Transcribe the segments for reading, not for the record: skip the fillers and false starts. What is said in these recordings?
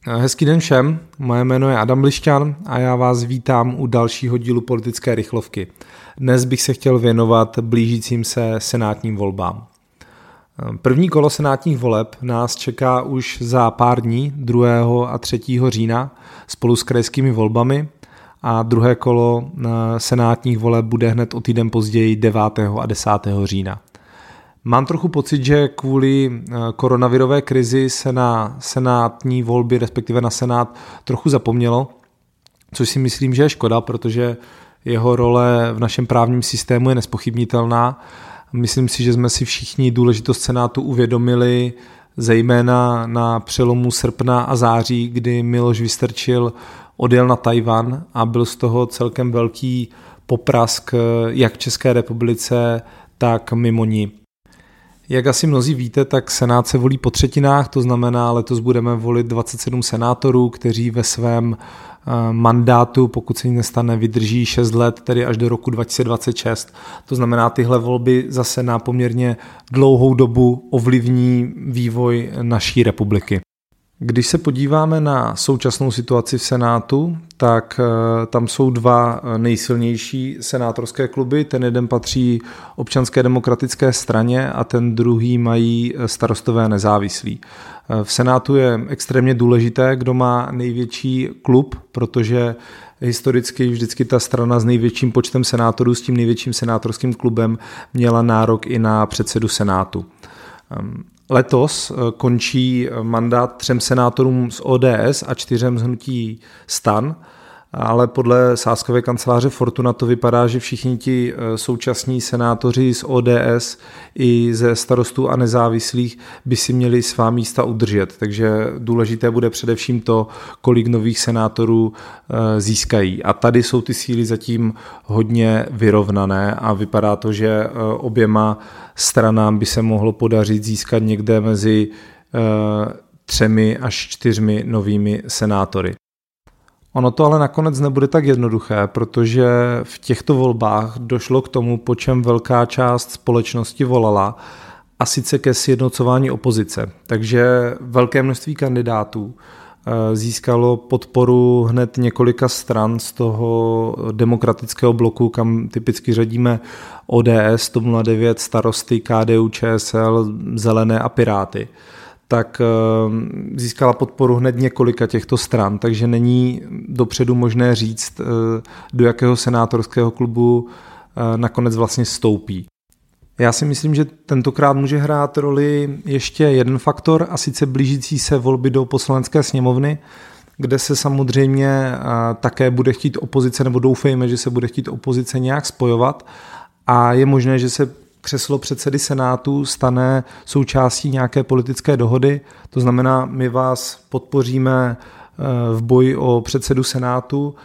Hezký den všem, moje jméno je Adam Lišťan a já vás vítám u dalšího dílu politické rychlovky. Dnes bych se chtěl věnovat blížícím se senátním volbám. První kolo senátních voleb nás čeká už za pár dní, 2. a 3. října, spolu s krajskými volbami a druhé kolo senátních voleb bude hned o týden později 9. a 10. října. Mám trochu pocit, že kvůli koronavirové krizi se na senátní volby, respektive na senát, trochu zapomnělo, což si myslím, že je škoda, protože jeho role v našem právním systému je nezpochybnitelná. Myslím si, že jsme si všichni důležitost senátu uvědomili, zejména na přelomu srpna a září, kdy Miloš Vystrčil odjel na Tchaj-wan a byl z toho celkem velký poprask jak v České republice, tak mimo ní. Jak asi mnozí víte, tak senát se volí po třetinách, to znamená, letos budeme volit 27 senátorů, kteří ve svém mandátu, pokud se nic nestane, vydrží 6 let, tedy až do roku 2026. To znamená, tyhle volby zase na poměrně dlouhou dobu ovlivní vývoj naší republiky. Když se podíváme na současnou situaci v Senátu, tak tam jsou dva nejsilnější senátorské kluby. Ten jeden patří Občanské demokratické straně a ten druhý mají Starostové nezávislí. V Senátu je extrémně důležité, kdo má největší klub, protože historicky vždycky ta strana s největším počtem senátorů, s tím největším senátorským klubem měla nárok i na předsedu Senátu. Letos končí mandát 3 senátorům z ODS a 4 z hnutí STAN, ale podle sázkové kanceláře Fortuna to vypadá, že všichni ti současní senátoři z ODS i ze Starostů a nezávislých by si měli svá místa udržet. Takže důležité bude především to, kolik nových senátorů získají. A tady jsou ty síly zatím hodně vyrovnané a vypadá to, že oběma stranám by se mohlo podařit získat někde mezi 3 až 4 novými senátory. Ono to ale nakonec nebude tak jednoduché, protože v těchto volbách došlo k tomu, po čem velká část společnosti volala, a sice ke sjednocování opozice. Takže velké množství kandidátů získalo podporu hned několika stran z toho demokratického bloku, kam typicky řadíme ODS, TOP 09, Starosty, KDU, ČSL, Zelené a Piráty. Tak získala podporu hned několika těchto stran, takže není dopředu možné říct, do jakého senátorského klubu nakonec vlastně vstoupí. Já si myslím, že tentokrát může hrát roli ještě jeden faktor, a sice blížící se volby do Poslanecké sněmovny, kde se samozřejmě také bude chtít opozice, nebo doufejme, že se bude chtít opozice nějak spojovat a je možné, že se křeslo předsedy Senátu stane součástí nějaké politické dohody. To znamená, my vás podpoříme v boji o předsedu Senátu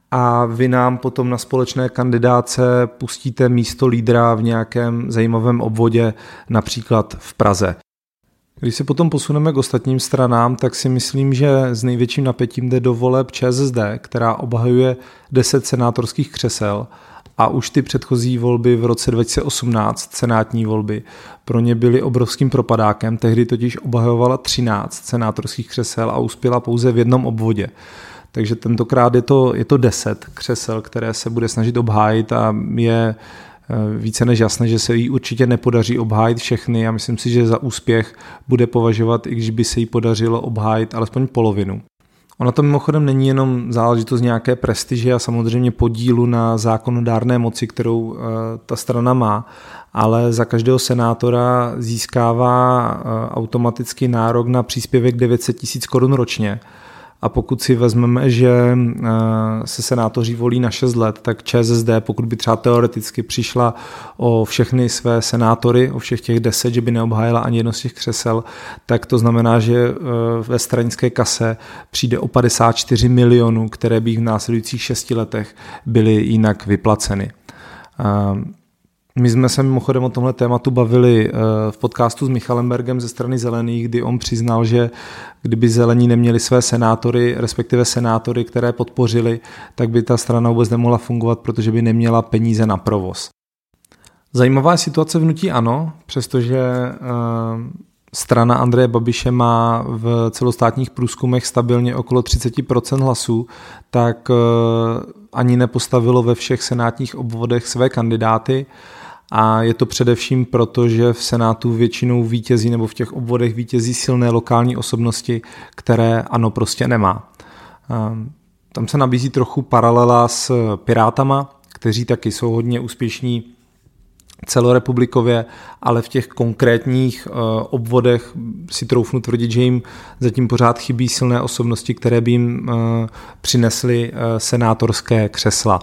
a vy nám potom na společné kandidáce pustíte místo lídra v nějakém zajímavém obvodě, například v Praze. Když se potom posuneme k ostatním stranám, tak si myslím, že s největším napětím jde do voleb ČSSD, která obhajuje 10 senátorských křesel. A už ty předchozí volby v roce 2018, senátní volby, pro ně byly obrovským propadákem, tehdy totiž obhajovala 13 senátorských křesel a uspěla pouze v jednom obvodě. Takže tentokrát je to 10 křesel, které se bude snažit obhájit a je více než jasné, že se jí určitě nepodaří obhájit všechny. Já myslím si, že za úspěch bude považovat, i když by se jí podařilo obhájit alespoň polovinu. Ona to mimochodem není jenom záležitost nějaké prestiže a samozřejmě podílu na zákonodárné moci, kterou ta strana má, ale za každého senátora získává automaticky nárok na příspěvek 900 000 korun ročně. A pokud si vezmeme, že se senátoři volí na 6 let, tak ČSSD, pokud by třeba teoreticky přišla o všechny své senátory, o všech těch 10, že by neobhájila ani jedno z těch křesel, tak to znamená, že ve stranické kase přijde o 54 milionů, které by v následujících 6 letech byly jinak vyplaceny. My jsme se mimochodem o tomhle tématu bavili v podcastu s Michalem Bergem ze strany Zelených, kdy on přiznal, že kdyby Zelení neměli své senátory, respektive senátory, které podpořili, tak by ta strana vůbec nemohla fungovat, protože by neměla peníze na provoz. Zajímavá je situace v hnutí ANO, přestože strana Andreje Babiše má v celostátních průzkumech stabilně okolo 30% hlasů, tak ani nepostavilo ve všech senátních obvodech své kandidáty. A je to především proto, že v Senátu většinou vítězí nebo v těch obvodech vítězí silné lokální osobnosti, které ANO prostě nemá. Tam se nabízí trochu paralela s Pirátama, kteří taky jsou hodně úspěšní celorepublikově, ale v těch konkrétních obvodech si troufnu tvrdit, že jim zatím pořád chybí silné osobnosti, které by jim přinesly senátorské křesla.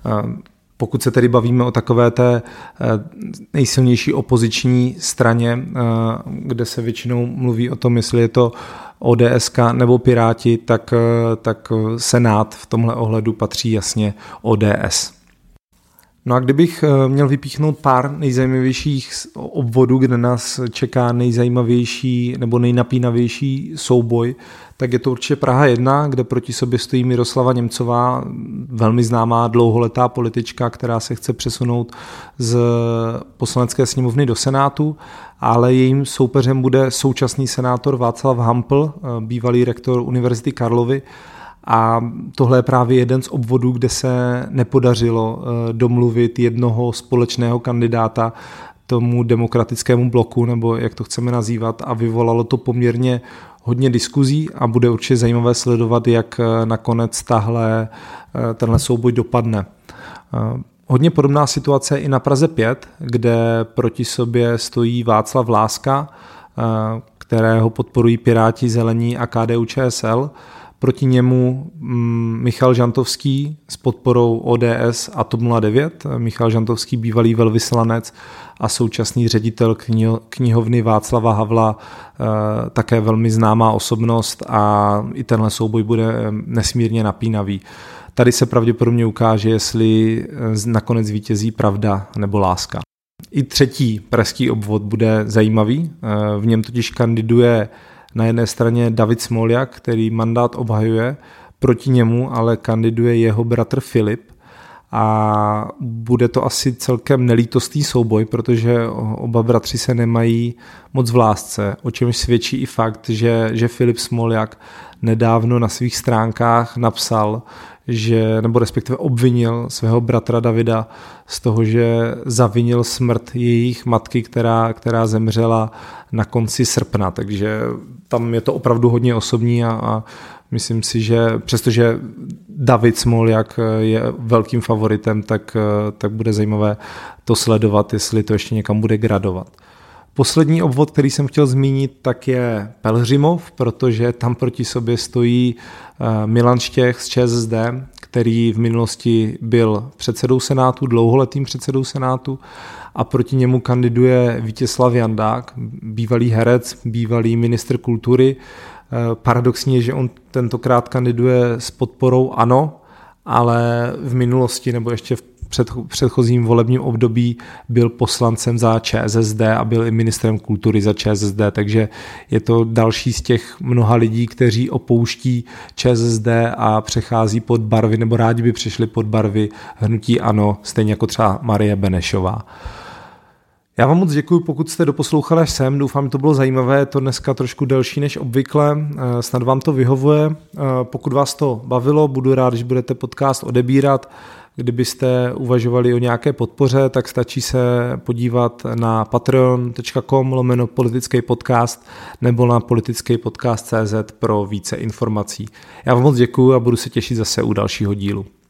Pokud se tedy bavíme o takové té nejsilnější opoziční straně, kde se většinou mluví o tom, jestli je to ODSK nebo Piráti, tak Senát v tomhle ohledu patří jasně ODS. No a kdybych měl vypíchnout pár nejzajímavějších obvodů, kde nás čeká nejzajímavější nebo nejnapínavější souboj, tak je to určitě Praha 1, kde proti sobě stojí Miroslava Němcová, velmi známá dlouholetá politička, která se chce přesunout z Poslanecké sněmovny do Senátu, ale jejím soupeřem bude současný senátor Václav Hampl, bývalý rektor Univerzity Karlovy. A tohle je právě jeden z obvodů, kde se nepodařilo domluvit jednoho společného kandidáta tomu demokratickému bloku, nebo jak to chceme nazývat, a vyvolalo to poměrně hodně diskuzí a bude určitě zajímavé sledovat, jak nakonec tenhle souboj dopadne. Hodně podobná situace je i na Praze 5, kde proti sobě stojí Václav Láska, kterého podporují Piráti, Zelení a KDU-ČSL. Proti němu Michal Žantovský s podporou ODS a TOP 09. Michal Žantovský, bývalý velvyslanec a současný ředitel knihovny Václava Havla, také velmi známá osobnost, a i tenhle souboj bude nesmírně napínavý. Tady se pravděpodobně ukáže, jestli nakonec vítězí pravda nebo láska. I třetí pražský obvod bude zajímavý, v něm totiž kandiduje na jedné straně David Smoljak, který mandát obhajuje, proti němu ale kandiduje jeho bratr Filip a bude to asi celkem nelítostný souboj, protože oba bratři se nemají moc v lásce, o čemž svědčí i fakt, že Filip Smoljak nedávno na svých stránkách napsal, nebo respektive obvinil svého bratra Davida z toho, že zavinil smrt jejich matky, která zemřela na konci srpna, takže tam je to opravdu hodně osobní a myslím si, že přestože David Smoljak je velkým favoritem, tak bude zajímavé to sledovat, jestli to ještě někam bude gradovat. Poslední obvod, který jsem chtěl zmínit, tak je Pelhřimov, protože tam proti sobě stojí Milan Štěch z ČSSD, který v minulosti byl předsedou Senátu, dlouholetým předsedou Senátu, a proti němu kandiduje Vítězslav Jandák, bývalý herec, bývalý ministr kultury. Paradoxní je, že on tentokrát kandiduje s podporou ANO, ale v minulosti nebo ještě v předchozím volebním období byl poslancem za ČSSD a byl i ministrem kultury za ČSSD, takže je to další z těch mnoha lidí, kteří opouští ČSSD a přechází pod barvy, nebo rádi by přišli pod barvy hnutí ANO, stejně jako třeba Marie Benešová. Já vám moc děkuji, pokud jste doposlouchali až sem, doufám, že to bylo zajímavé, je to dneska trošku delší než obvykle, snad vám to vyhovuje. Pokud vás to bavilo, budu rád, když budete podcast odebírat. Kdybyste uvažovali o nějaké podpoře, tak stačí se podívat na patreon.com/politický podcast nebo na politickýpodcast.cz pro více informací. Já vám moc děkuji a budu se těšit zase u dalšího dílu.